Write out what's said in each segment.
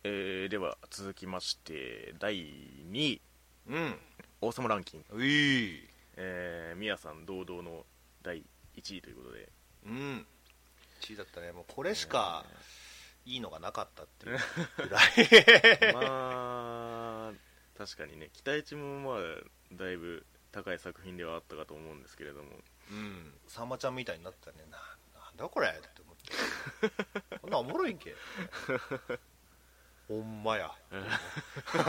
では続きまして第2位、 うん、 王様ランキング、 うい、 みやさん堂々の第1位ということで、 うん、1位だったね。もうこれしかいいのがなかったっていうぐらいまあ確かにね、期待値もまあだいぶ高い作品ではあったかと思うんですけれども、 うん、さんまちゃんみたいになったね。なんだこれって思ってこんなおもろいんけほんまや確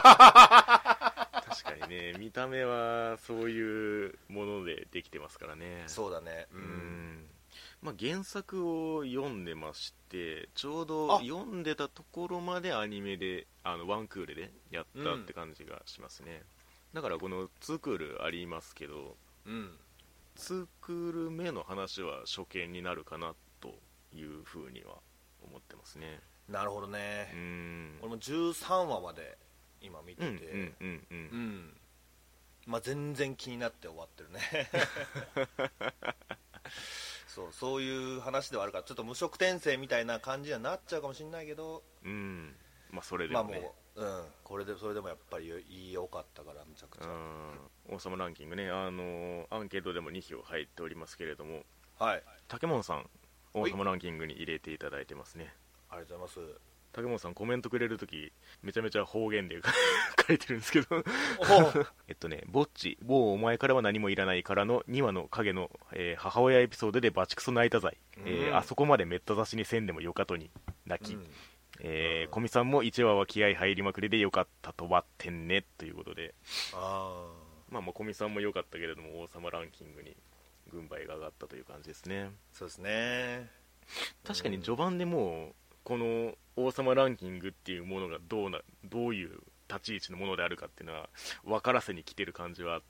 かにね、見た目はそういうものでできてますからね。 そうだね。 まあ、原作を読んでまして、ちょうど読んでたところまでアニメでワンクールでやったって感じがしますね。だからこの2クールありますけど、2クール目の話は初見になるかなというふうには思ってますね。 なるほどね。俺も13話まで今見てて、まあ全然気になって終わってるねそういう話ではあるから、ちょっと無色転生みたいな感じにはなっちゃうかもしれないけど、 まあそれでもね、 まあもう、それでもやっぱり良かったから、むちゃくちゃ。 王様ランキングね、アンケートでも2票入っておりますけれども、 はい、 竹門さん王様ランキングに入れていただいてますね。 ありがとうございます。 竹本さんコメントくれるときめちゃめちゃ方言で書いてるんですけどぼっち、某お前からは何もいらないからの2話の影の、母親エピソードでバチクソ泣いたざい、あそこまでめった刺しにせんでもよかとに泣き、古見さんも1話は気合入りまくりでよかったとばってんねということで、まあ古見さんもよかったけれども王様ランキングに軍配が上がったという感じですね。 そうですね。 確かに序盤でもうこの王様ランキングっていうものがどういう立ち位置のものであるかっていうのは分からせに来てる感じはあって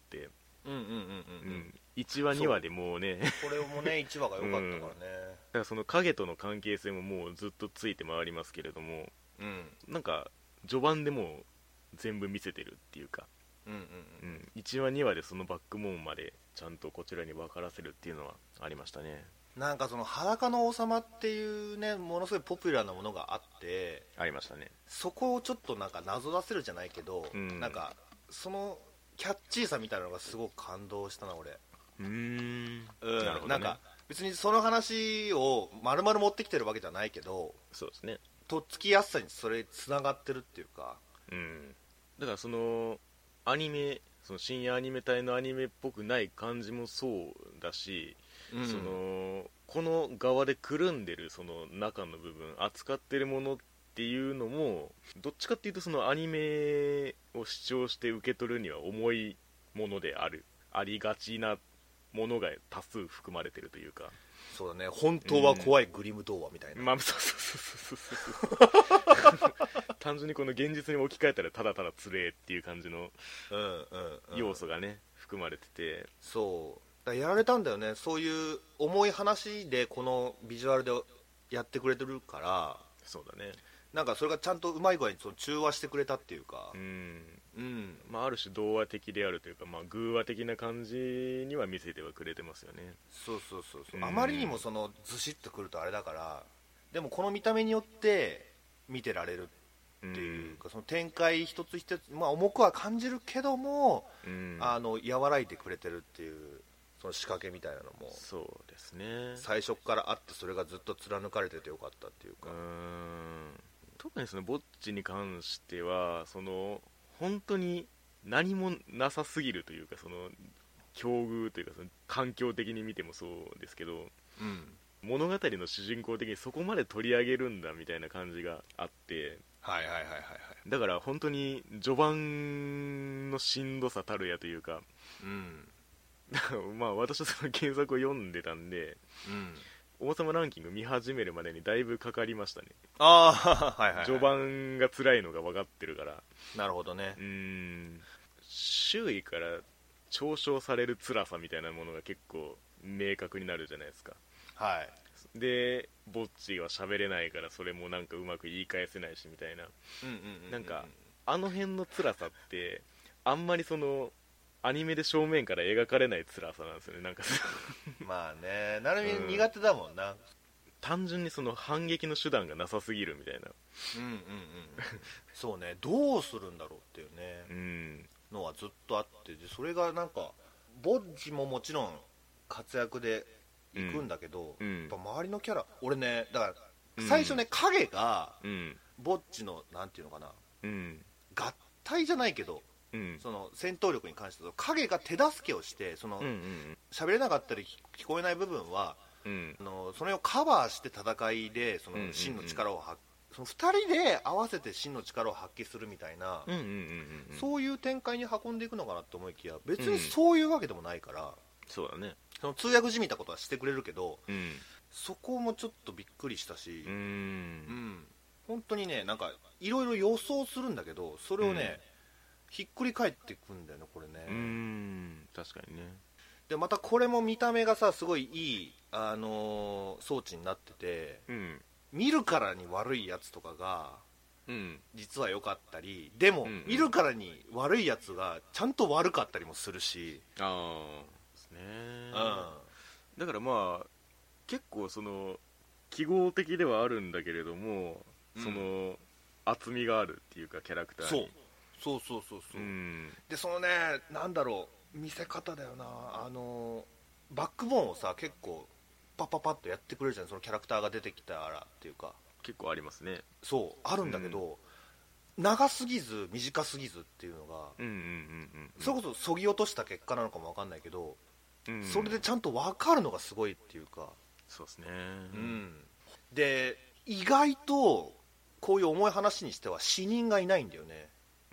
、1話2話でもうねこれもね1話が良かったからね、 だからその影との関係性ももうずっとついて回りますけれども、なんか序盤でもう全部見せてるっていうか、1話2話でそのバックボーンまでちゃんとこちらに分からせるっていうのはありましたね。 なんかその裸の王様っていうね、ものすごいポピュラーなものがあってありましたね。 そこをちょっとなんか謎出せるじゃないけど、なんかそのキャッチーさみたいなのがすごく感動したな俺。なるほどね。なんか別にその話を丸々持ってきてるわけじゃないけど、 そうですね、 とっつきやすさにそれつながってるっていうか、 だからそのアニメ、その深夜アニメ帯のアニメっぽくない感じもそうだし、そのこの側でくるんでるその中の部分、扱ってるものっていうのもどっちかっていうとそのアニメを視聴して受け取るには重いものでありがちなものが多数含まれてるというか。 そうだね、本当は怖いグリム童話みたいな、 まあそう単純にこの現実に置き換えたらただただつれえっていう感じの要素がね含まれてて、 そうだからやられたんだよね。そういう重い話でこのビジュアルでやってくれてるから、 そうだね、 なんかそれがちゃんとうまい具合にその中和してくれたっていうか、 まあ、ある種童話的であるというか、まあ、偶話的な感じには見せてはくれてますよね。 そうあまりにもそのずしっとくるとあれだから、でもこの見た目によって見てられるっていうか、その展開一つ一つ、まあ、重くは感じるけども、和らいでくれてるっていうその仕掛けみたいなのもそうですね、 最初からあって、それがずっと貫かれててよかったっていうか、 特にそのぼっちに関してはその本当に何もなさすぎるというか、その境遇というかその環境的に見てもそうですけど、物語の主人公的にそこまで取り上げるんだみたいな感じがあって、だから本当に序盤のしんどさたるやというか、まあ私はその原作を読んでたんで、王様ランキング見始めるまでにだいぶかかりましたね。序盤が辛いのが分かってるから。 なるほどね。 周囲から嘲笑される辛さみたいなものが結構明確になるじゃないですか。でぼっちは喋れないからそれもなんかうまく言い返せないしみたいな、なんかあの辺の辛さってあんまりそのアニメで正面から描かれない辛さなんですよね。なんかまあね、なるみ苦手だもんな、 単純にその反撃の手段がなさすぎるみたいな、 そうね、どうするんだろうっていうね、 うんのはずっとあって、でそれがなんかボッジももちろん活躍で行くんだけど、 うんやっぱ周りのキャラ、俺ね、だから最初ね、影がうんボッジのなんていうのかな、 うん合体じゃないけど、 うんその戦闘力に関しては影が手助けをして、そのうんうん喋れなかったり聞こえない部分はうんそれをカバーして戦いでその真の力をその2人で合わせて真の力を発揮するみたいな、 うんうんうんうんそういう展開に運んでいくのかなと思いきや、別にそういうわけでもないから、 そうだねその通訳じみたことはしてくれるけど、 うんそこもちょっとびっくりしたし、 うん本当にね、なんかいろいろ予想するんだけど、それをね、ひっくり返っていくんだよね、これね。 確かにねでまたこれも見た目がさ、すごいいい、装置になってて、 うん見るからに悪いやつとかがうん実は良かったり、でも、見るからに悪いやつがちゃんと悪かったりもするし、 ああですね、だからまあ結構その記号的ではあるんだけれども、その厚みがあるっていうかキャラクターにそう、でそのね、なんだろう、見せ方だよな、バックボーンをさ、結構パッパッパッとやってくれるじゃん、そのキャラクターが出てきたらっていうか、 結構ありますね。 そうあるんだけど、長すぎず短すぎずっていうのが、それこそそぎ落とした結果なのかも分かんないけど、それでちゃんと分かるのがすごいっていうか、 そうですね、 で意外とこういう重い話にしては死人がいないんだよね。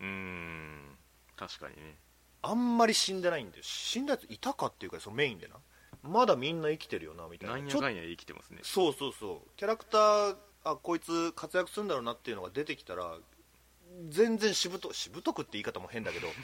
確かにね、 あんまり死んでないんだよ。死んだやついたかっていうか、そのメインでな、まだみんな生きてるよなみたいな、 なんやかんや生きてますね。 そうキャラクター、こいつ活躍するんだろうなっていうのが出てきたら、全然しぶとくって言い方も変だけど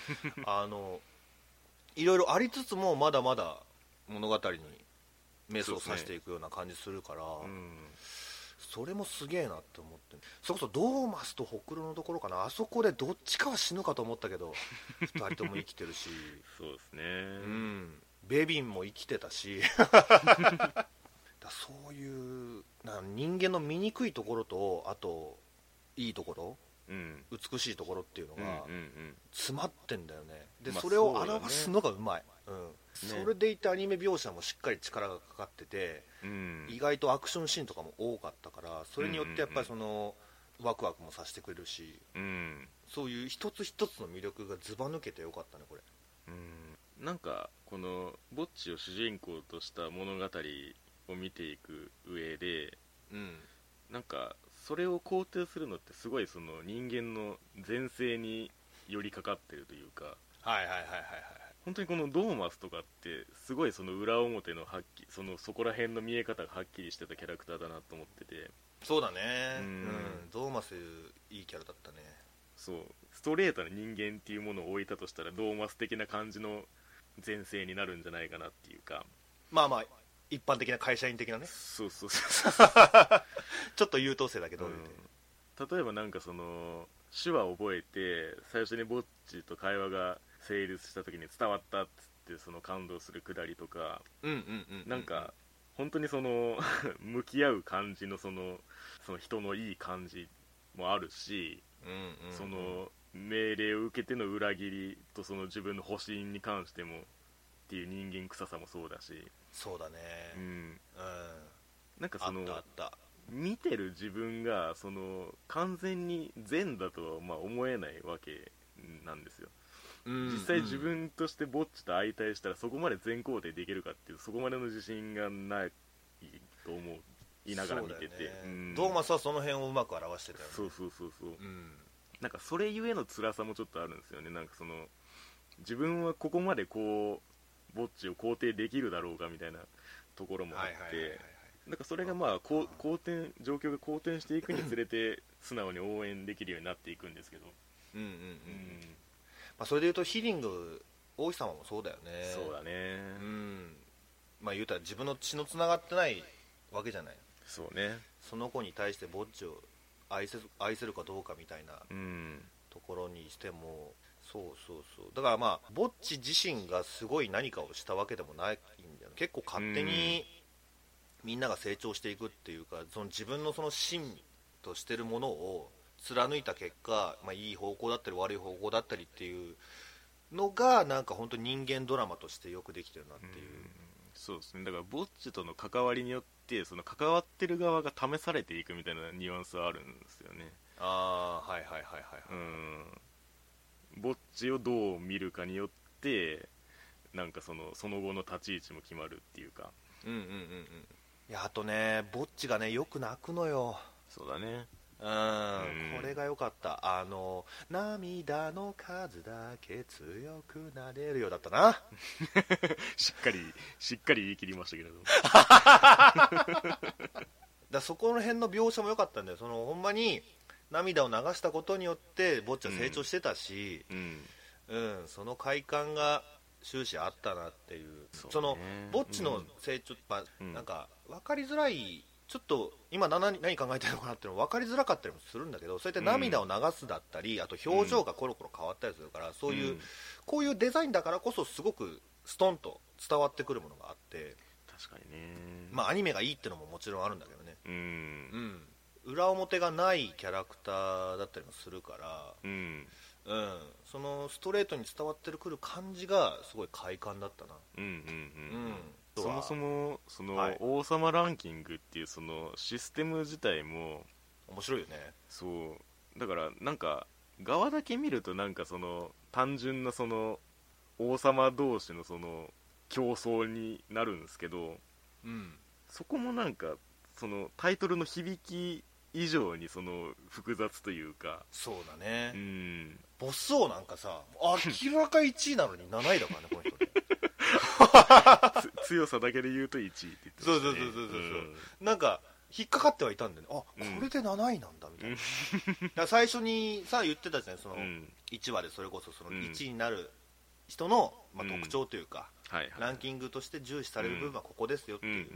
いろいろありつつもまだまだ物語にメスを刺していくような感じするから、それもすげえなって思って、それこそドーマスとホクロのところかな、あそこでどっちかは死ぬかと思ったけど2人とも生きてるしそうですね、 ベビンも生きてたしだそういう人間の醜いところと、あといいところ、美しいところっていうのが詰まってんだよね。で、それを表すのがうまい、それでいてアニメ描写もしっかり力がかかってて、意外とアクションシーンとかも多かったから、それによってやっぱりそのワクワクもさせてくれるし、そういう一つ一つの魅力がずば抜けてよかったね、これ。 なんかこのボッチを主人公とした物語を見ていく上で、なんかそれを肯定するのってすごいその人間の前世に寄りかかってるというか、本当にこのドーマスとかってすごいその裏表のそこら辺の見え方がはっきりしてたキャラクターだなと思ってて。 そうだね、ドーマスいいキャラだったね。 そうストレートな人間っていうものを置いたとしたらドーマス的な感じの前世になるんじゃないかなっていうか、 まあ一般的な会社員的なね、 そうちょっと優等生だけど、 例えばなんかその手話を覚えて最初にボッチと会話が成立した時に伝わったっつってその感動するくだりとか、なんか本当にその向き合う感じのその人のいい感じもあるし、その命令を受けての裏切りとその自分の保身に関してもっていう人間臭さもそうだし、 そうだね、 なんかそのあった見てる自分がその完全に善だとはまあ思えないわけなんですよ。実際自分としてボッチと相対したらそこまで全肯定できるかっていう、そこまでの自信がないと思いながら見てて、 ドーマスはその辺をうまく表してたよね。 そう、なんかそれゆえの辛さもちょっとあるんですよね。なんかその自分はここまでこうボッチを肯定できるだろうかみたいなところもあって、なんかそれがまあ状況が好転していくにつれて素直に応援できるようになっていくんですけど、 それでいうとヒリング王妃様もそうだよね。 そうだね、 言うたら自分の血のつながってないわけじゃない。 そうね、 その子に対してボッチを愛せるかどうかみたいなところにしても、だからボッチ自身がすごい何かをしたわけでもないんだよ。結構勝手にみんなが成長していくっていうか、その自分のその芯としてるものを貫いた結果、いい方向だったり悪い方向だったりっていうのがなんか本当に人間ドラマとしてよくできてるなっていう、 そうですね。だからぼっちとの関わりによってその関わってる側が試されていくみたいなニュアンスはあるんですよね。 ああ、はいはいはいはい、 ぼっちをどう見るかによってなんかその後の立ち位置も決まるっていうか。 いや、あとね、ぼっちがねよく泣くのよ。 そうだね。 これが良かった。涙の数だけ強くなれるよだったなしっかり言い切りましたけれどだそこら辺の描写も良かったんだよ。そのほんまに涙を流したことによってぼっちは成長してたし、その快感が終始あったなっていう。そのぼっちの成長、なんか分かりづらい、ちょっと今何考えてるのかなっていうの分かりづらかったりもするんだけど、そうやって涙を流すだったり、あと表情がコロコロ変わったりするから、そういうこういうデザインだからこそすごくストンと伝わってくるものがあって、 確かにね。 アニメがいいってのももちろんあるんだけどね、裏表がないキャラクターだったりもするから、そのストレートに伝わってくる感じがすごい快感だったな。 そもそもその王様ランキングっていうそのシステム自体も面白いよね。 そうだからなんか側だけ見るとなんかその単純なその王様同士のその競争になるんですけど、そこもなんかそのタイトルの響き以上にその複雑というか。 そうだね。ボス王なんかさ明らか1位なのに7位だからねこの人ね強さだけで言うと1位って言ってましたね。 そうなんか引っかかってはいたんでね、これで7位なんだみたいな、だから最初にさ言ってたじゃない、その1話でそれこそその1位になる人の、特徴というか、ランキングとして重視される部分はここですよっていう、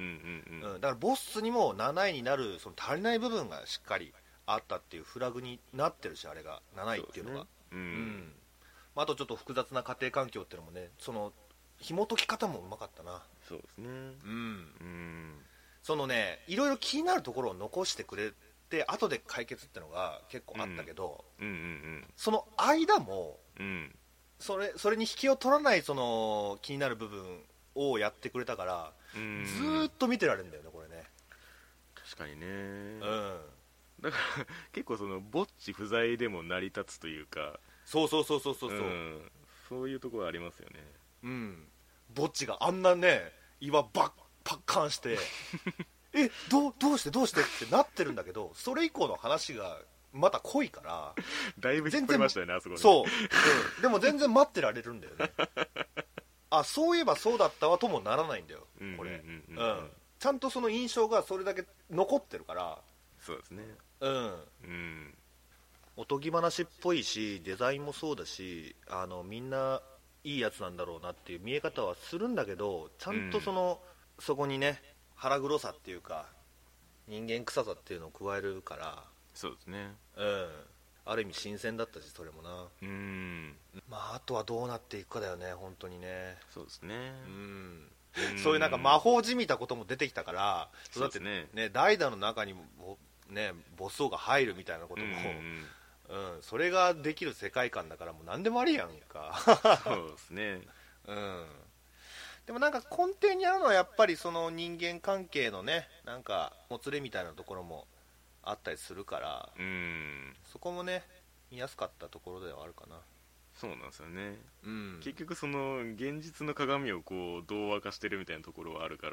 だからボスにも7位になるその足りない部分がしっかりあったっていうフラグになってるし、あれが7位っていうのが、あとちょっと複雑な家庭環境っていうのもね、その紐解き方もうまかったな。 そうですね。 そのね、いろいろ気になるところを残してくれて後で解決ってのが結構あったけど、その間も、それに引きを取らないその気になる部分をやってくれたから、ずーっと見てられるんだよねこれね。 確かにね。だから結構そのぼっち不在でも成り立つというか、そういうところありますよね。 ぼっちがあんなね岩パッカンしてどうしてってなってるんだけど、それ以降の話がまた濃いからだいぶ引っ張りましたよね、あそこで。 そう、でも全然待ってられるんだよねそういえばそうだったわともならないんだよこれ。ちゃんとその印象がそれだけ残ってるから。 そうですね。 おとぎ話っぽいし、デザインもそうだし、みんないいやつなんだろうなっていう見え方はするんだけど、ちゃんとそこにね腹黒さっていうか人間臭さっていうのを加えるから。 そうですね。 ある意味新鮮だったし、それもな。あとはどうなっていくかだよね本当にね。 そうですね。 そういうなんか魔法じみたことも出てきたから、 そうですね。 代打の中にもねボス王が入るみたいなことも、それができる世界観だからもう何でもありやんかそうですね。 でもなんか根底にあるのはやっぱりその人間関係のね、なんかもつれみたいなところもあったりするから、そこもね見やすかったところではあるかな。 そうなんですよね。結局その現実の鏡をこう童話化してるみたいなところはあるから、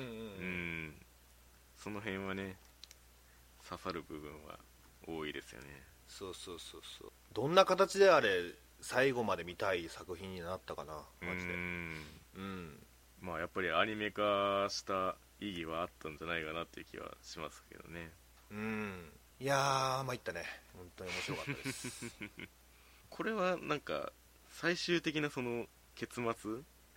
その辺はね刺さる部分は多いですよね。 そうどんな形であれ最後まで見たい作品になったかなマジで。 やっぱりアニメ化した意義はあったんじゃないかなっていう気はしますけどね。 いや参ったね、本当に面白かったですこれはなんか最終的なその結末、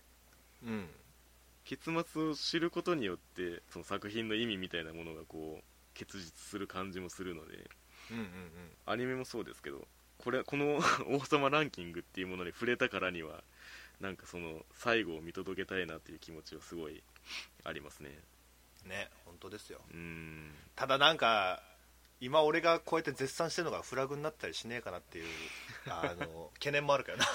結末を知ることによってその作品の意味みたいなものがこう結実する感じもするので、アニメもそうですけど、この王様ランキングっていうものに触れたからにはなんかその最後を見届けたいなっていう気持ちはすごいありますね。 ね、本当ですよ。ただなんか今俺がこうやって絶賛してるのがフラグになったりしねえかなっていう懸念もあるからな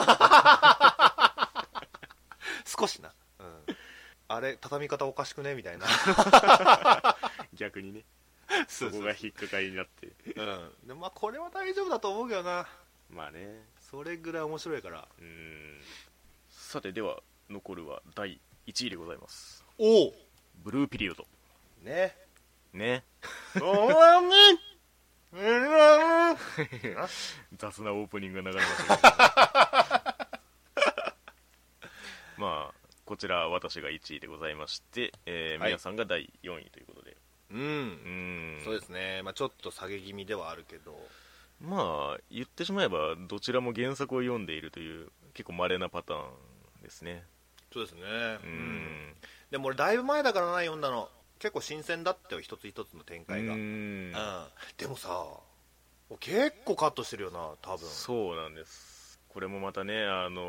少しな、うん、あれ畳み方おかしくねみたいな逆にねそこが引っかかりになって、 うん、でまあこれは大丈夫だと思うけどな。 まあね、 それぐらい面白いから。 さてでは残るは第1位でございます。 おお、 ブルーピリオドねそう雑なオープニングが流れましたけどまあこちら私が1位でございまして、皆さんが第4位ということで、 そうですね、まあ、ちょっと下げ気味ではあるけど、 まあ言ってしまえばどちらも原作を読んでいるという結構稀なパターンですね。 そうですね、でも俺だいぶ前だからな読んだの。結構新鮮だったよ、一つ一つの展開が。でもさ結構カットしてるよな多分。 そうなんです。これもまたね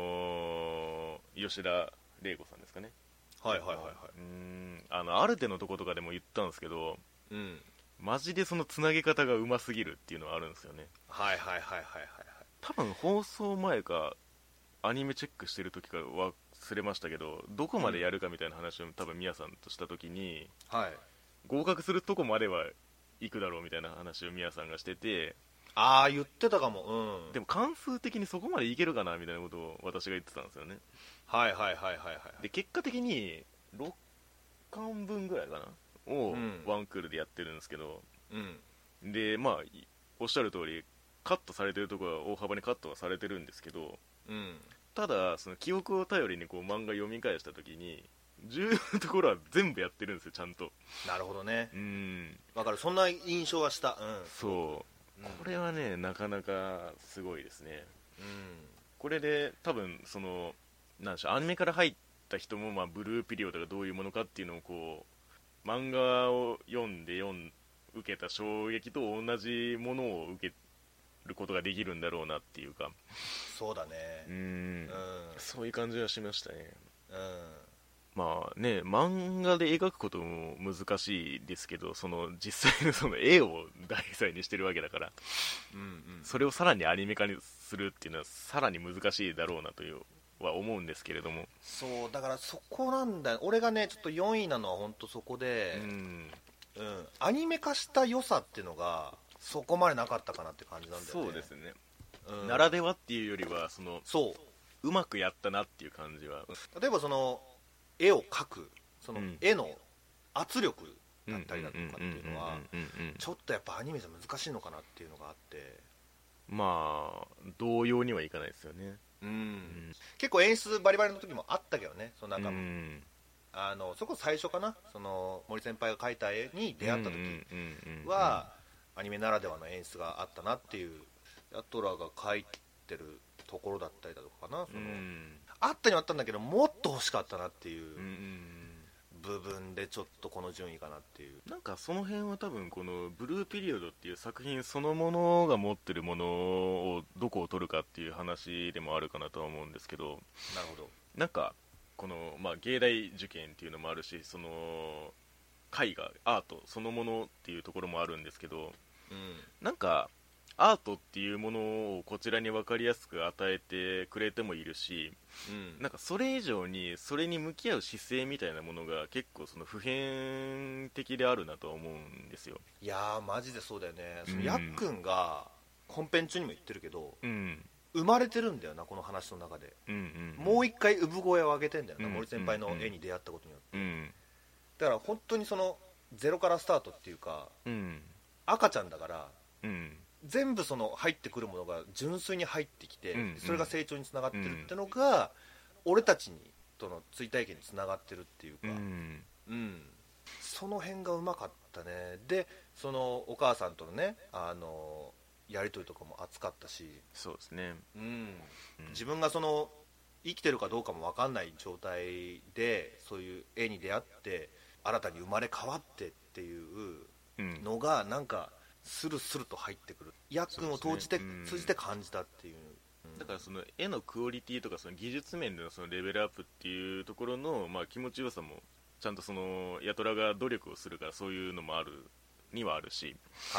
吉田玲子さんですかね。 はいはいはいはい。 アルテのとことかでも言ったんですけど、マジでそのつなげ方がうますぎるっていうのはあるんですよね。 はいはいはいはいはい。 多分放送前かアニメチェックしてる時か忘れましたけど、どこまでやるかみたいな話を多分宮さんとした時に、合格するとこまでは行くだろうみたいな話を宮さんがしてて、 ああ言ってたかも。 でも関数的にそこまでいけるかなみたいなことを私が言ってたんですよね。 はいはいはいはいはい。 で結果的に6巻分ぐらいかなをワンクールでやってるんですけど、でまあおっしゃる通りカットされてるところは大幅にカットはされてるんですけど、ただその記憶を頼りにこう漫画読み返した時に重要なところは全部やってるんですよちゃんと。 なるほどね。わかる、そんな印象はした。 そう、これはねなかなかすごいですね。これで多分そのなんでしょう、アニメから入った人も、まあ、ブルーピリオドがどういうものかっていうのをこう漫画を読んで受けた衝撃と同じものを受けることができるんだろうなっていうか。 そうだね。 そういう感じはしましたね。まあね、漫画で描くことも難しいですけど、その実際のその絵を題材にしてるわけだから、それをさらにアニメ化にするっていうのはさらに難しいだろうなというは思うんですけれども。 そうだからそこなんだよ、俺がねちょっと4位なのは本当そこで、アニメ化した良さっていうのがそこまでなかったかなって感じなんだよね。 そうですね、ならではっていうよりはうまくやったなっていう感じは。 例えばその絵を描くその絵の圧力だったりだとかっていうのはちょっとやっぱアニメじゃ難しいのかなっていうのがあって、 まあ同様にはいかないですよね。 結構演出バリバリの時もあったけどね。そのなんかそこ最初かな、その森先輩が描いた絵に出会った時はアニメならではの演出があったなっていう、ヤトラが描いてるところだったりだとかな、そのあったにはあったんだけどもっと欲しかったなっていう部分でちょっとこの順位かなっていう。 なんかその辺は多分このブルーピリオドっていう作品そのものが持ってるものをどこを取るかっていう話でもあるかなとは思うんですけど。 なるほど。 なんかこの、まあ、芸大受験っていうのもあるし、その絵画アートそのものっていうところもあるんですけど、なんかアートっていうものをこちらに分かりやすく与えてくれてもいるし、なんかそれ以上にそれに向き合う姿勢みたいなものが結構その普遍的であるなとは思うんですよ。 いやーマジでそうだよね。そのやっくんが本編中にも言ってるけど、生まれてるんだよなこの話の中で。もう一回産声を上げてんだよな、森先輩の絵に出会ったことによって、だから本当にそのゼロからスタートっていうか、赤ちゃんだから、全部その入ってくるものが純粋に入ってきて、それが成長につながってるってのが、俺たちにとの追体験につながってるっていうか、その辺がうまかったね。でそのお母さんとのねやり取りとかも熱かったし。 そうですね、 自分がその生きてるかどうかも分かんない状態でそういう絵に出会って新たに生まれ変わってっていうのがなんかスルスルと入ってくる。やっくんを通じて感じたっていう、 だからその絵のクオリティとかその技術面でのそのレベルアップっていうところの、まあ、気持ちよさもちゃんとそのヤトラが努力をするからそういうのもあるにはあるし、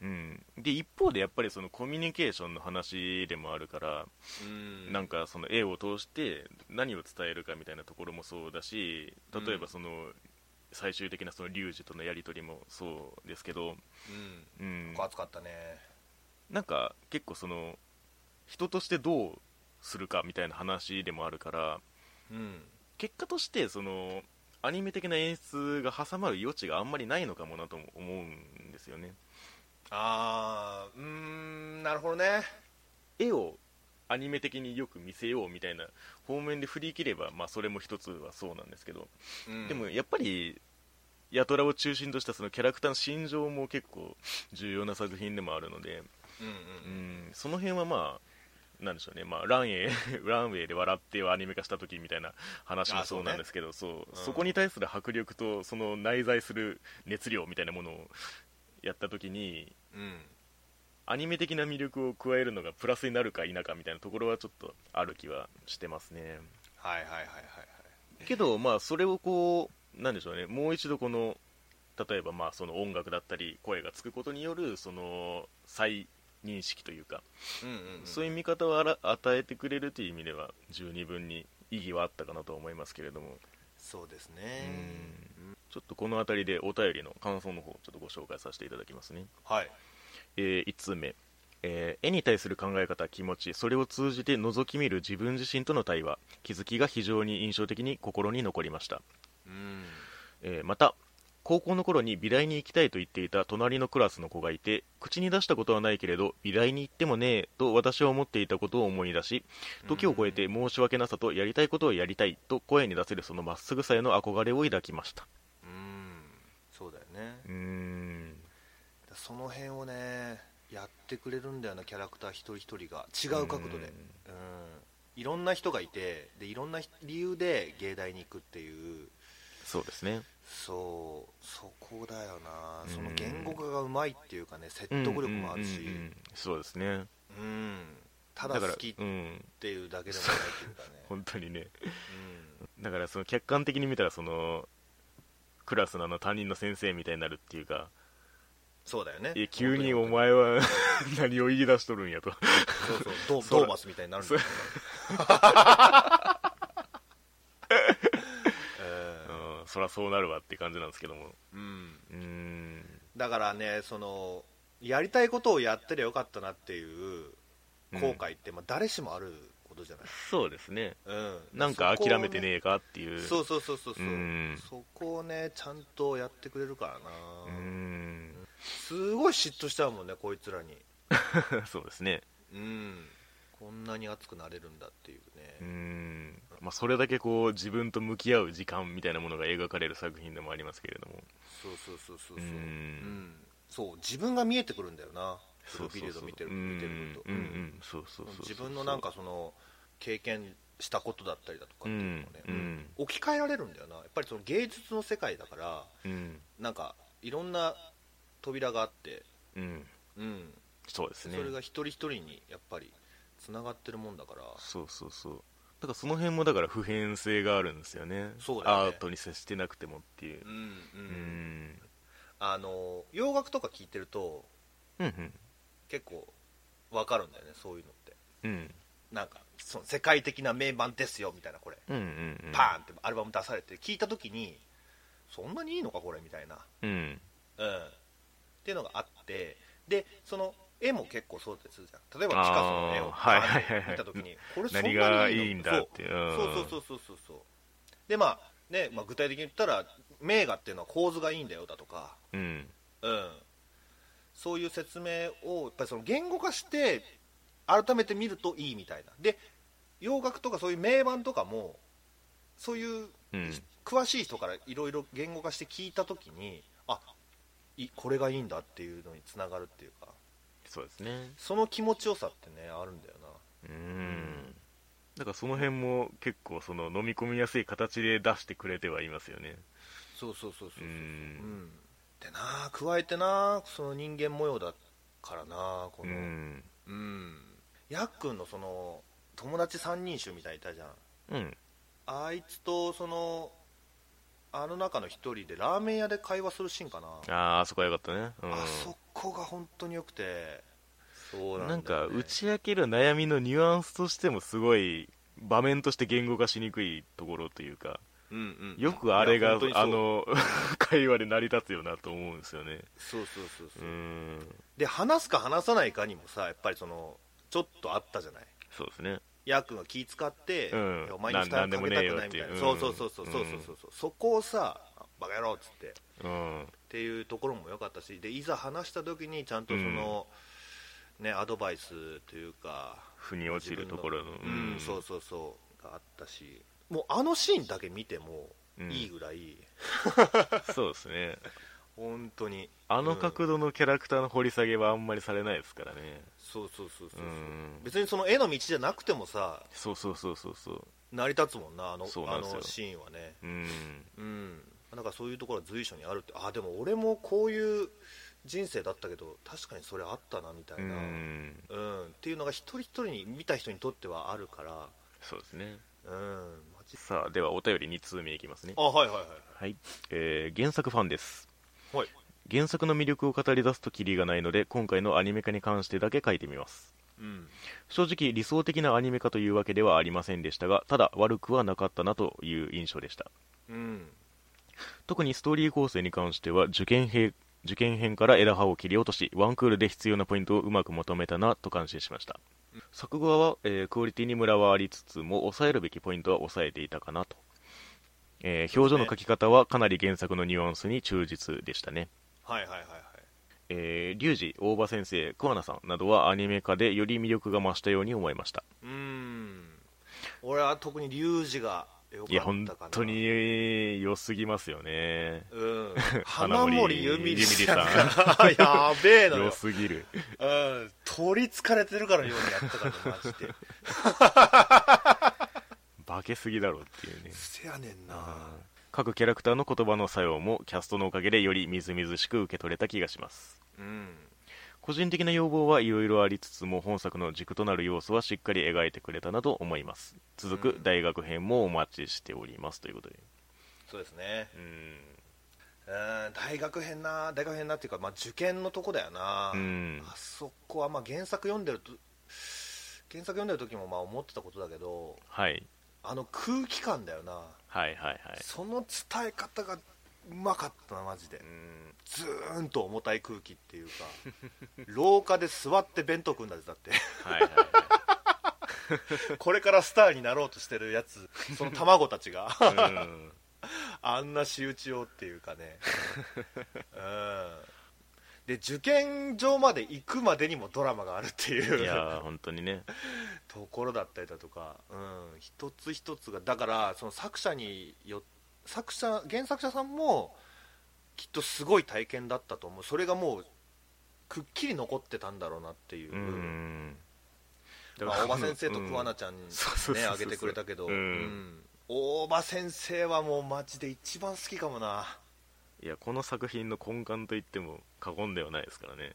で一方でやっぱりそのコミュニケーションの話でもあるから、なんかその絵を通して何を伝えるかみたいなところもそうだし、例えばその最終的なそのリュウジとのやり取りもそうですけど、 熱かったね。 なんか結構その人としてどうするかみたいな話でもあるから、結果としてそのアニメ的な演出が挟まる余地があんまりないのかもなと思うんですよね。 なるほどね。 絵をアニメ的によく見せようみたいな方面で振り切れば、まあそれも一つはそうなんですけど、でもやっぱりヤトラを中心としたそのキャラクターの心情も結構重要な作品でもあるので、その辺はまあなんでしょうね、まあ、ランウェイで笑ってアニメ化した時みたいな話もそうなんですけど、そこに対する迫力とその内在する熱量みたいなものをやった時に、アニメ的な魅力を加えるのがプラスになるか否かみたいなところはちょっとある気はしてますね。けどまあそれをこうなんでしょうね、もう一度この例えばまあその音楽だったり声がつくことによるその再認識というか、そういう見方を与えてくれるという意味では十二分に意義はあったかなと思いますけれども。 そうですね。 ちょっとこの辺りでお便りの感想の方ちょっとご紹介させていただきますね。 はい。 1通目、絵に対する考え方、気持ち、それを通じて覗き見る自分自身との対話、気づきが非常に印象的に心に残りました。また高校の頃に美大に行きたいと言っていた隣のクラスの子がいて、口に出したことはないけれど美大に行ってもねえと私は思っていたことを思い出し、時を超えて申し訳なさとやりたいことをやりたいと声に出せるそのまっすぐさへの憧れを抱きました。 そうだよね。その辺をねやってくれるんだよな、キャラクター一人一人が違う角度で。いろんな人がいて、でいろんな理由で芸大に行くっていう。 そうですね。 そこだよな。その言語化がうまいっていうかね、説得力もあるし。 そうですね。 ただ好きっていうだけでもないっていうかね本当にね。だからその客観的に見たらそのクラスの担任の先生みたいになるっていうか、 そうだよね。 急にお前は何を言い出しとるんやと。 ドーマスみたいになるんだよそりゃそうなるわって感じなんですけども。 だからね、そのやりたいことをやってりゃよかったなっていう後悔って、誰しもあることじゃない。 そうですね。なんか諦めてねえかっていう。 そうそこをねちゃんとやってくれるからな。すごい嫉妬しちゃうもんね、こいつらに。 そうですね。 こんなに熱くなれるんだっていうね。 それだけこう自分と向き合う時間みたいなものが描かれる作品でもありますけれども。 そう自分が見えてくるんだよな、フルビデオ見てると。自分のなんかその経験したことだったりだとかっていうのをね、置き換えられるんだよな。やっぱりその芸術の世界だから、なんかいろんな扉があって、 そうですね。 それが一人一人にやっぱりつながってるもんだから。 だからその辺もだから普遍性があるんですよね。 そうだよね。 アートに接してなくてもっていう。 洋楽とか聴いてると、結構わかるんだよね、そういうのって。なんかその世界的な名盤ですよみたいな、これ、パーンってアルバム出されて聴いた時に、そんなにいいのかこれみたいな、っていうのがあって、でその絵も結構そうですじゃん。例えばピカソの絵を見た時に、これそんなにいいの、 何がいいんだっていう。 そうで具体的に言ったら名画っていうのは構図がいいんだよだとか、そういう説明をやっぱりその言語化して改めて見るといいみたいな。で洋楽とかそういう名盤とかもそういう詳しい人からいろいろ言語化して聞いた時に、これがいいんだっていうのにつながるっていうか。 そうですね。 その気持ちよさってねあるんだよな。 だからその辺も結構その飲み込みやすい形で出してくれてはいますよね。 そうでな、加えてな、その人間模様だからな、このやっくんのその友達三人衆みたいにいたじゃん。あいつとその中の一人でラーメン屋で会話するシーンかな。 あそこはよかったね。 あそここが本当によくて、そうなんだよね、 なんか打ち明ける悩みのニュアンスとしてもすごい場面として言語化しにくいところというか、 うんうん、 よくあれがい会話で成り立つよなと思うんですよね。 そうで話すか話さないかにもさ、やっぱりそのちょっとあったじゃない。 そうですね。 ヤー君が気使って、 うん、 お前に負担かけたくないみたいな、そうそこをさ、バカ野郎っつって、っていうところも良かったし、でいざ話した時にちゃんとその、ね、アドバイスというか腑に落ちるところの、 そうがあったし、もうあのシーンだけ見てもいいぐらい、 そうですね、 本当にあの角度のキャラクターの掘り下げはあんまりされないですからね。別にその絵の道じゃなくてもさ、 そう成り立つもんな、あのシーンはね。だからそういうところは随所にあるって、あ、でも俺もこういう人生だったけど確かにそれあったなみたいな、っていうのが一人一人に見た人にとってはあるから。 そうですね。さあ、ではお便り2通目いきますね。 はい、 原作ファンです。 はい。 原作の魅力を語り出すとキリがないので、今回のアニメ化に関してだけ書いてみます。正直理想的なアニメ化というわけではありませんでしたが、ただ悪くはなかったなという印象でした。特にストーリー構成に関しては受験編から枝葉を切り落とし、ワンクールで必要なポイントをうまくまとめたなと感心しました。作画は、クオリティにムラはありつつも抑えるべきポイントは抑えていたかなと。表情の描き方はかなり原作のニュアンスに忠実でしたね。リュウジ、大場先生、桑名さんなどはアニメ化でより魅力が増したように思いました。 俺は特にリュウジが良かったかな。 いや本当に良すぎますよね。 花森ゆみりさんやべえのよ、 良すぎる。 取りつかれてるからようにやったからマジで化けすぎだろっていうね。 せやねんな。 各キャラクターの言葉の作用もキャストのおかげでよりみずみずしく受け取れた気がします。個人的な要望はいろいろありつつも本作の軸となる要素はしっかり描いてくれたなと思います。続く大学編もお待ちしておりますということで。 そうですね。大学編なっていうか、受験のとこだよな。あそこは原作読んでる時も思ってたことだけど、あの空気感だよな。その伝え方がうまかったなマジで。ずーんと重たい空気っていうか廊下で座って弁当食うんだぜ、だってこれからスターになろうとしてるやつ、その卵たちがあんな仕打ちをっていうかねで受験場まで行くまでにもドラマがあるっていう、 いや本当にねところだったりだとか、一つ一つがだからその原作者さんもきっとすごい体験だったと思う。それがもうくっきり残ってたんだろうなっていう。大場先生と桑名ちゃんにね挙げてくれたけど、大場先生はもうマジで一番好きかもな。 いやこの作品の根幹といっても過言ではないですからね。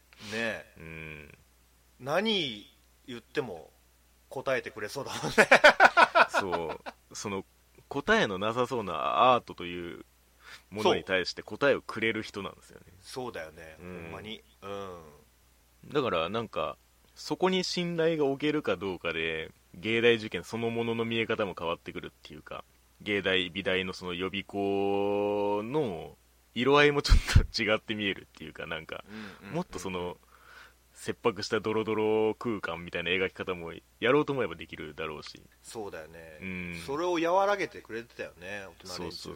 何言っても答えてくれそうだもんねその答えのなさそうなアートというものに対して答えをくれる人なんですよね。 そうだよね、ほんまに。 だからなんかそこに信頼が置けるかどうかで芸大受験そのものの見え方も変わってくるっていうか、芸大美大のその予備校の色合いもちょっと違って見えるっていうか、なんかもっとその切迫したドロドロ空間みたいな描き方もやろうと思えばできるだろうし。 そうだよね、それを和らげてくれてたよね、大人連中が。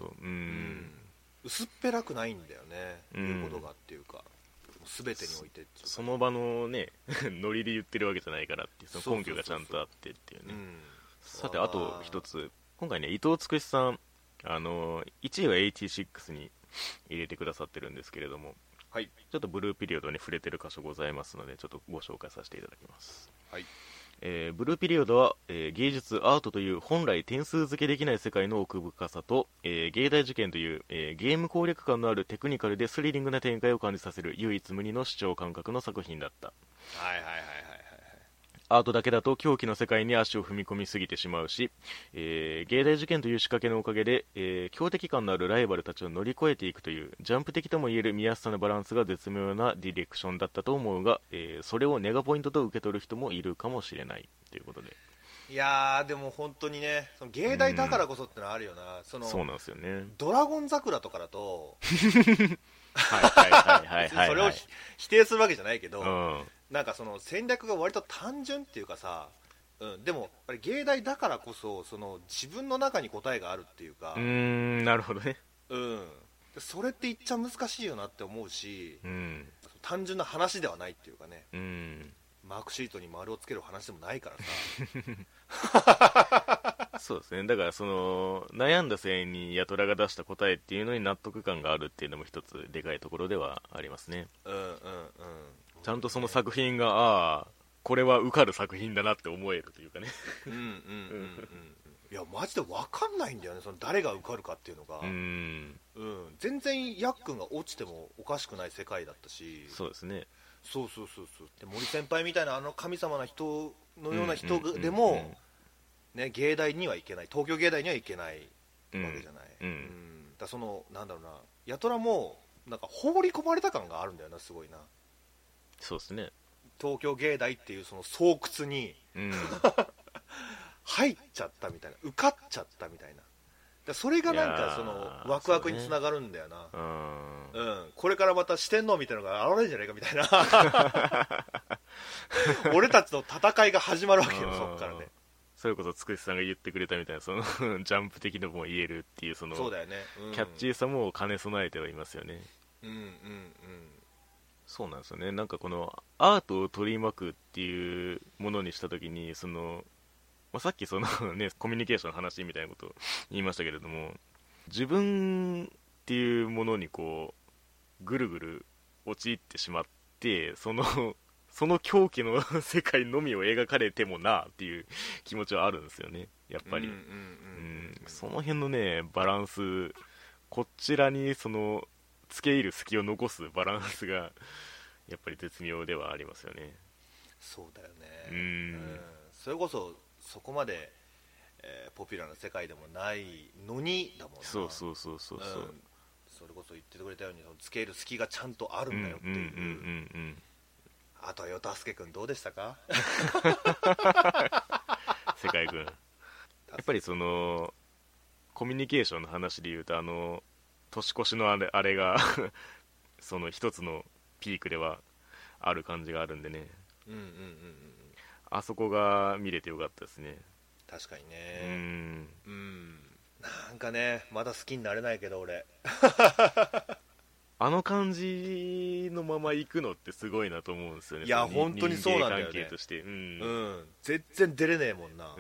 薄っぺらくないんだよね、言うことがっていうか、全てにおいてっていうか、 その場のねノリで言ってるわけじゃないからっていう、その根拠がちゃんとあってっていうね。さてあと一つ、今回ね伊藤つくしさん、1位は86に入れてくださってるんですけれども、ちょっとブルーピリオドに触れてる箇所ございますので、ちょっとご紹介させていただきます。ブルーピリオドは、芸術アートという本来点数付けできない世界の奥深さと、芸大受験という、ゲーム攻略感のあるテクニカルでスリリングな展開を感じさせる唯一無二の視聴感覚の作品だった。 アートだけだと狂気の世界に足を踏み込みすぎてしまうし、芸大受験という仕掛けのおかげで、強敵感のあるライバルたちを乗り越えていくというジャンプ的ともいえる見やすさのバランスが絶妙なディレクションだったと思うが、それをネガポイントと受け取る人もいるかもしれないということで。 いやーでも本当にね、その芸大だからこそってのはあるよな。 そうなんですよね。 ドラゴン桜とかだとはいはいはいはい、はい、 それを否定するわけじゃないけど、 うん、 なんかその戦略が割と単純っていうかさ、でもやっぱり芸大だからこそその自分の中に答えがあるっていうか、 なるほどね。 それって言っちゃ難しいよなって思うし、単純な話ではないっていうかね、マークシートに丸をつける話でもないからさそうですね。だからその悩んだ末に八虎が出した答えっていうのに納得感があるっていうのも一つでかいところではありますね。ちゃんとその作品が、ああこれは受かる作品だなって思えるというかね。 いやマジで分かんないんだよね、その誰が受かるかっていうのが。全然ヤックンが落ちてもおかしくない世界だったし。 そうですね。 そうで森先輩みたいなあの神様な人のような人でも、ね、芸大には行けない、東京芸大には行けないわけじゃない。だそのなんだろうな、八虎もなんか放り込まれた感があるんだよな、すごいな。 そうですね。 東京芸大っていうその巣窟に、入っちゃったみたいな、受かっちゃったみたいな。だそれがなんかそのワクワクにつながるんだよな。これからまた四天王みたいなのが現れるんじゃないかみたいな俺たちの戦いが始まるわけよ、そっからね。 それこそつくしさんが言ってくれたみたいな、そのジャンプ的のも言えるっていうそのそうだよね、 キャッチーさも兼ね備えてはいますよね。そうなんですよね。なんかこのアートを取り巻くっていうものにしたときに、その、さっきそのねコミュニケーションの話みたいなことを言いましたけれども、自分っていうものにこうぐるぐる陥ってしまって、その狂気の世界のみを描かれてもなっていう気持ちはあるんですよね、やっぱり。その辺のねバランス、こちらにその付け入る隙を残すバランスがやっぱり絶妙ではありますよね。 そうだよね。それこそそこまで、ポピュラーな世界でもないのにだもんな。そうそれこそ言ってくれたように付け入る隙がちゃんとあるんだよっていう。あとはよたすけくんどうでしたか世界くんやっぱりそのコミュニケーションの話でいうと、年越しのあれがその一つのピークではある感じがあるんでね。あそこが見れてよかったですね。 確かにね。なんかねまだ好きになれないけど俺あの感じのまま行くのってすごいなと思うんですよね。 いや本当にそうなんだよね。 人間関係として、 全然出れねえもんな。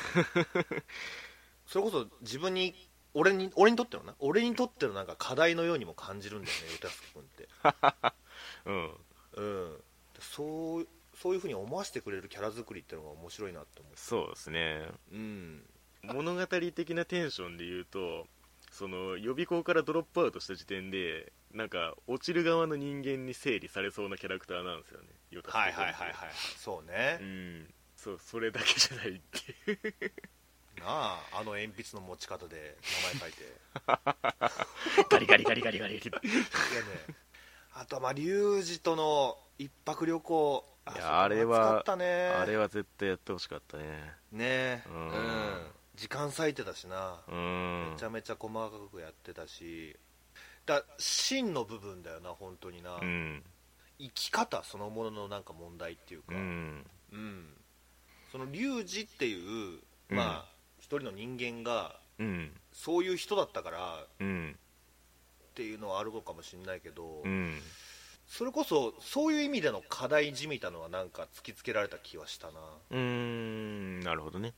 それこそ自分に俺にとってのなんか課題のようにも感じるんだよね、歌介君って。そういう風に思わせてくれるキャラ作りっていうのが面白いなって思う。 そうですね。物語的なテンションで言うと、その予備校からドロップアウトした時点でなんか落ちる側の人間に整理されそうなキャラクターなんですよね。 そうね。 それだけじゃないっていうなあ、あの鉛筆の持ち方で名前書いてガリガリガリガリガリあとはリュウジとの一泊旅行、 あれは絶対やってほしかったね。 時間割いてたしな。めちゃめちゃ細かくやってたし、真の部分だよな本当にな。生き方そのもののなんか問題っていうか、そのリュウジっていう一人の人間が、そういう人だったから、っていうのはあるのかもしれないけど、それこそそういう意味での課題じみたのはなんか突きつけられた気はしたな。 なるほどね。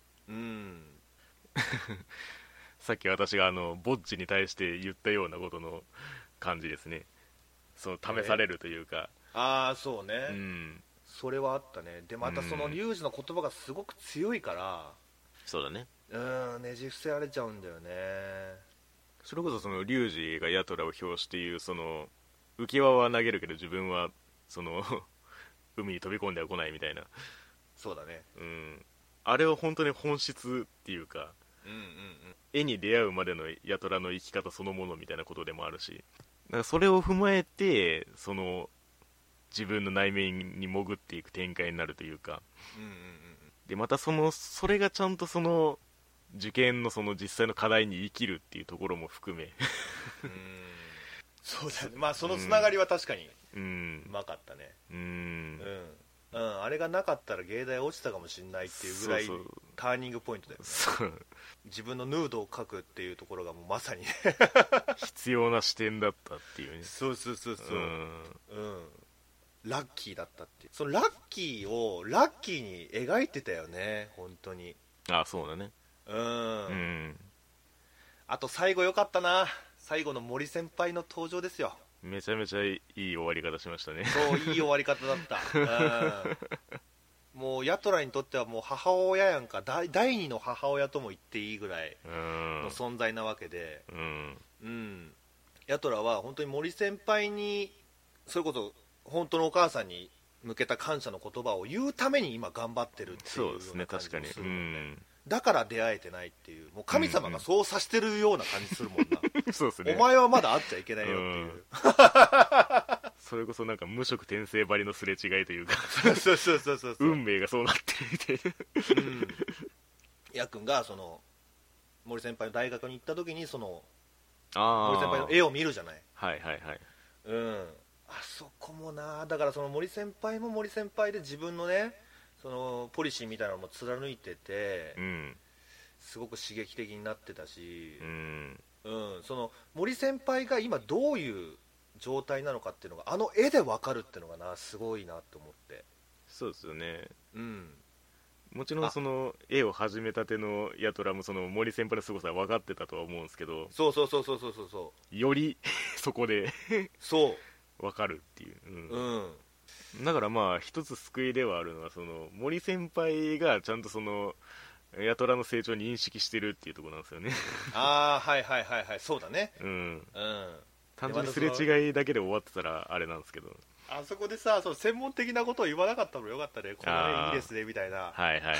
さっき私がボッジに対して言ったようなことの感じですね。その試されるというか。 そうね。それはあったね。でまたそのリュウジの言葉がすごく強いから、 そうだね。 ねじ伏せられちゃうんだよね。 それこそそのリュウジがヤトラを表していうその浮き輪は投げるけど自分はその海に飛び込んでは来ないみたいなそうだね。 あれは本当に本質っていうか、絵に出会うまでの八虎の生き方そのものみたいなことでもあるし、だからそれを踏まえてその自分の内面に潜っていく展開になるというか、でまたそれがちゃんとその受験のその実際の課題に生きるっていうところも含めそうだね。まあそのつながりは確かにうまかったね。あれがなかったら芸大落ちたかもしれないっていうぐらいターニングポイントだよね。自分のヌードを描くっていうところがもうまさに必要な視点だったっていうね。 そう、ラッキーだったっていう、そのラッキーをラッキーに描いてたよね、本当に。 あ、そうだね。 あと最後良かったな、最後の森先輩の登場ですよ。 めちゃめちゃいい終わり方しましたね。 そう、いい終わり方だったもう八虎にとってはもう母親やんか、第二の母親とも言っていいぐらいの存在なわけで、八虎は本当に森先輩にそれこそ本当のお母さんに向けた感謝の言葉を言うために今頑張ってるっていうような感じがするので、だから出会えてないっていう、もう神様がそうさせてるような感じするもんなそうですね、 お前はまだ会っちゃいけないよっていう、 それこそなんか無色転生ばりのすれ違いというかそう運命がそうなってるみたいなやっくんがその森先輩の大学に行った時にその森先輩の絵を見るじゃない。あそこもな、だからその森先輩も森先輩で自分のねそのポリシーみたいなのも貫いてて、すごく刺激的になってたし、その森先輩が今どういう状態なのかっていうのがあの絵で分かるっていうのがな、すごいなと思って。 そうですよね。もちろんその絵を始めたての八虎もその森先輩の凄さは分かってたとは思うんですけど、 そうよりそこでそう分かるっていう、だからまあ一つ救いではあるのはその森先輩がちゃんとその八虎の成長を認識してるっていうところなんですよねそうだね。 単純にすれ違いだけで終わってたらあれなんですけど、 あそこでさ、その専門的なことを言わなかったのよかったね。この絵いいですねみたいな。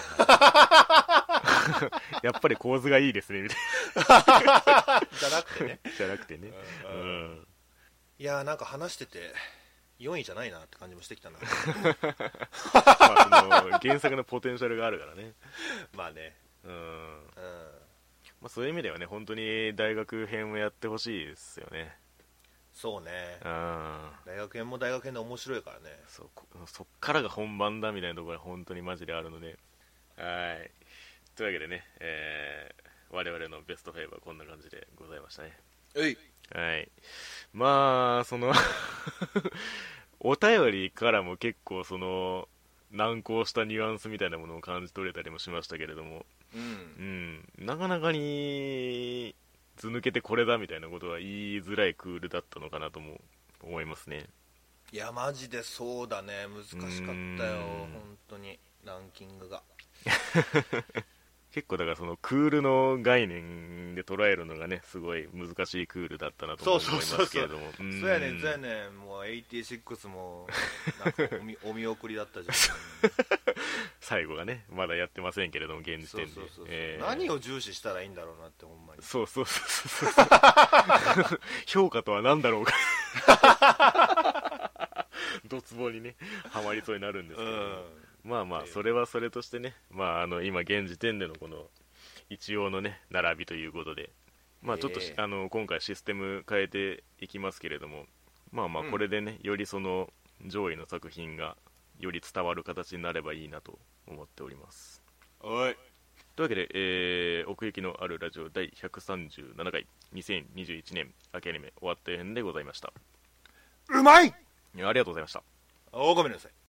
やっぱり構図がいいですねみたいなじゃなくてねいやー、なんか話してて4位じゃないなって感じもしてきたなまあその原作のポテンシャルがあるからねまあね、 まあ、そういう意味ではね本当に大学編をやってほしいですよね。 そうね、大学編も大学編で面白いからね。 そっからが本番だみたいなところが本当にマジであるので、はいというわけでね、我々のベスト5はこんな感じでございましたね。はい、まあそのお便りからも結構その難航したニュアンスみたいなものを感じ取れたりもしましたけれども、なかなかに図抜けてこれだみたいなことは言いづらいクールだったのかなとも思いますね。 いやマジでそうだね、難しかったよ本当にランキングが結構だからそのクールの概念で捉えるのがねすごい難しいクールだったなと思いますけれども、 そうやねもう86もなんかお見送りだったじゃん最後がねまだやってませんけれども現時点で何を重視したらいいんだろうなってほんまに。 そう評価とは何だろうかドツボにねはまりそうになるんですけど、まあまあそれはそれとしてね、まあ今現時点でのこの一応のね並びということで、まあちょっと今回システム変えていきますけれども、まあまあこれでね、よりその上位の作品がより伝わる形になればいいなと思っております。 はい。 というわけで、奥行きのあるラジオ第137回2021年秋アニメ終わった編でございました。 うまい。 ありがとうございました。 ごめんなさい。